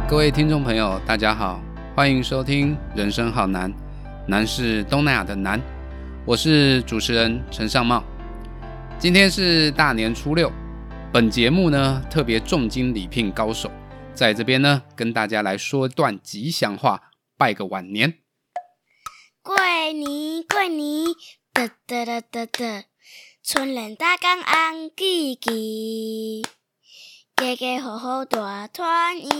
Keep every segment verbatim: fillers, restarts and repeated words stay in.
各位听众朋友大家好，欢迎收听人生好难，难是东南亚的难，我是主持人陈尚茂。今天是大年初六，本节目呢特别重金礼聘高手，在这边呢跟大家来说一段吉祥话，拜个晚年。 过年过年，哒哒哒哒哒，春联大江红记记，家家户户大团圆，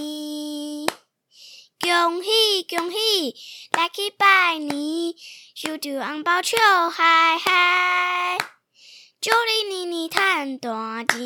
恭喜恭喜，来去拜年，收到红包笑嗨嗨，祝你年年赚大钱。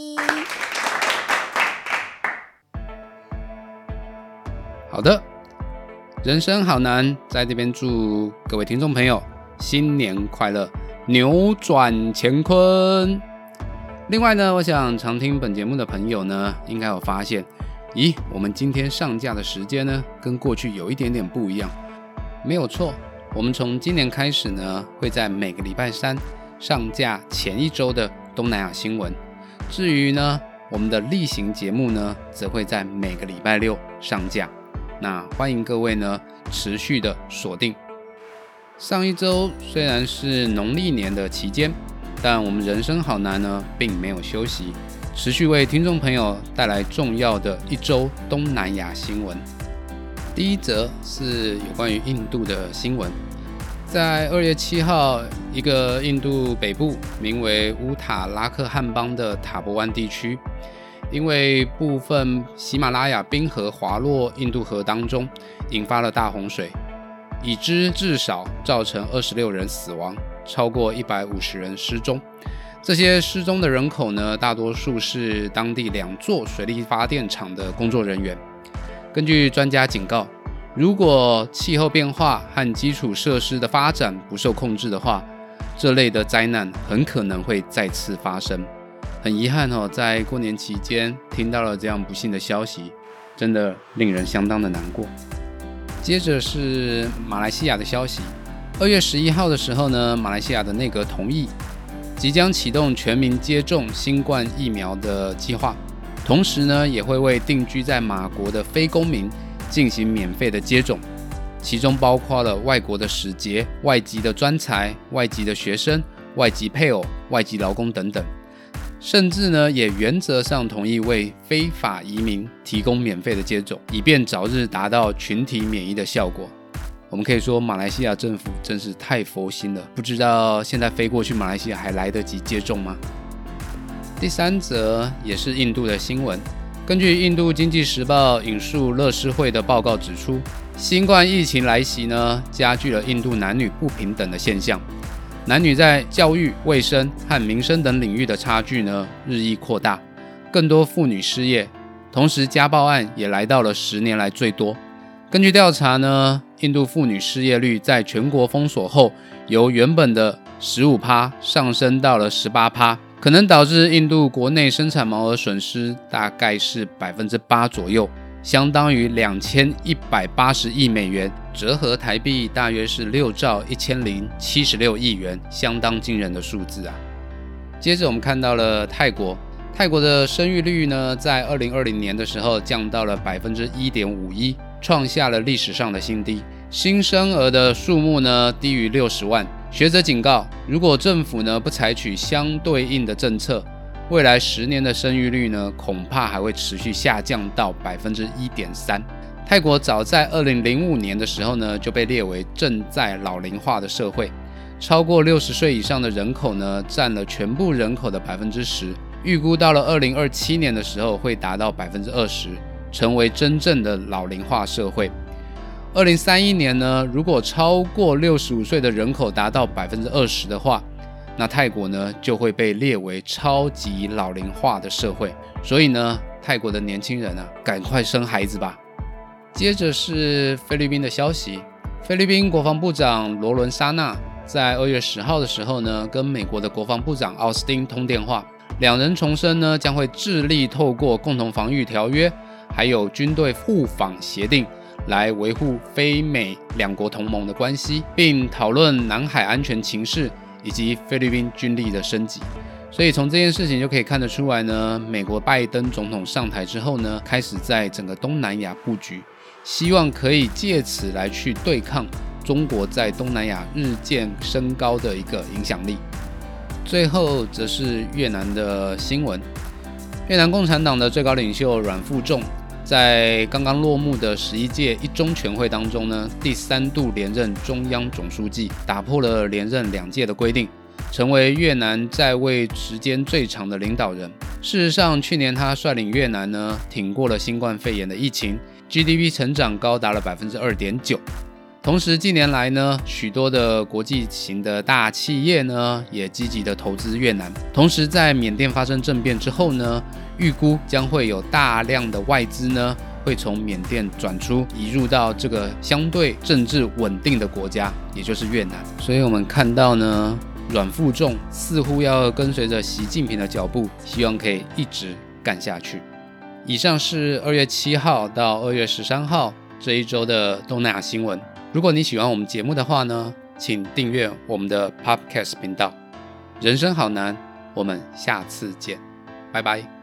好的，人生好难，在这边祝各位听众朋友新年快乐，扭转乾坤。另外呢，我想常听本节目的朋友呢，应该有发现，咦，我们今天上架的时间呢，跟过去有一点点不一样。没有错，我们从今年开始呢，会在每个礼拜三上架前一周的东南亚新闻。至于呢，我们的例行节目呢，则会在每个礼拜六上架。那欢迎各位呢，持续的锁定。上一周虽然是农历年的期间，但我们人生好难呢，并没有休息，持续为听众朋友带来重要的一周东南亚新闻。第一则是有关于印度的新闻，在二月七号，一个印度北部名为乌塔拉克汉邦的塔博湾地区，因为部分喜马拉雅冰河滑落印度河当中，引发了大洪水，已知至少造成二十六人死亡，超过一百五十人失踪。这些失踪的人口呢，大多数是当地两座水力发电厂的工作人员。根据专家警告，如果气候变化和基础设施的发展不受控制的话，这类的灾难很可能会再次发生。很遗憾哦，在过年期间听到了这样不幸的消息，真的令人相当的难过。接着是马来西亚的消息，二月十一号的时候呢，马来西亚的内阁同意即将启动全民接种新冠疫苗的计划，同时呢，也会为定居在马国的非公民进行免费的接种，其中包括了外国的使节、外籍的专才、外籍的学生、外籍配偶、外籍劳工等等。甚至呢，也原则上同意为非法移民提供免费的接种，以便早日达到群体免疫的效果。我们可以说，马来西亚政府真是太佛心了，不知道现在飞过去马来西亚还来得及接种吗？第三则也是印度的新闻，根据印度经济时报引述乐施会的报告指出，新冠疫情来袭呢，加剧了印度男女不平等的现象。男女在教育、卫生和民生等领域的差距呢，日益扩大，更多妇女失业，同时家暴案也来到了十年来最多。根据调查呢，印度妇女失业率在全国封锁后，由原本的 百分之十五 上升到了 百分之十八， 可能导致印度国内生产毛额损失大概是 百分之八 左右，相当于两千一百八十亿美元，折合台币大约是六兆一千零七十六亿元，相当惊人的数字啊。接着我们看到了泰国，泰国的生育率呢，在二零二零年的时候降到了 百分之一点五一， 创下了历史上的新低，新生儿的数目呢低于六十万。学者警告，如果政府呢不采取相对应的政策，未来十年的生育率呢，恐怕还会持续下降到 百分之一点三。泰国早在二零零五年的时候呢，就被列为正在老龄化的社会，超过六十岁以上的人口呢，占了全部人口的 百分之十， 预估到了二零二七年的时候会达到 百分之二十， 成为真正的老龄化社会。二零三一年呢，如果超过六十五岁的人口达到 百分之二十 的话，那泰国呢就会被列为超级老龄化的社会。所以呢，泰国的年轻人啊，赶快生孩子吧。接着是菲律宾的消息，菲律宾国防部长罗伦沙纳在二月十号的时候呢，跟美国的国防部长奥斯汀通电话，两人重申呢，将会致力透过共同防御条约，还有军队互访协定，来维护非美两国同盟的关系，并讨论南海安全情势以及菲律宾军力的升级。 所以从这件事情就可以看得出来呢，美国拜登总统上台之后呢，开始在整个东南亚布局，希望可以借此来去对抗中国在东南亚日渐升高的一个影响力。最后则是越南的新闻，越南共产党的最高领袖阮富仲在刚刚落幕的十一届一中全会当中呢，第三度连任中央总书记，打破了连任两届的规定，成为越南在位时间最长的领导人。事实上，去年他率领越南呢，挺过了新冠肺炎的疫情 ，G D P 成长高达了 百分之二点九。同时，近年来呢，许多的国际型的大企业呢，也积极的投资越南。同时，在缅甸发生政变之后呢，预估将会有大量的外资呢，会从缅甸转出，移入到这个相对政治稳定的国家，也就是越南。所以我们看到呢，阮富仲似乎要跟随着习近平的脚步，希望可以一直干下去。以上是二月七号到二月十三号这一周的东南亚新闻。如果你喜欢我们节目的话呢，请订阅我们的 Podcast 频道。人生好难，我们下次见，拜拜。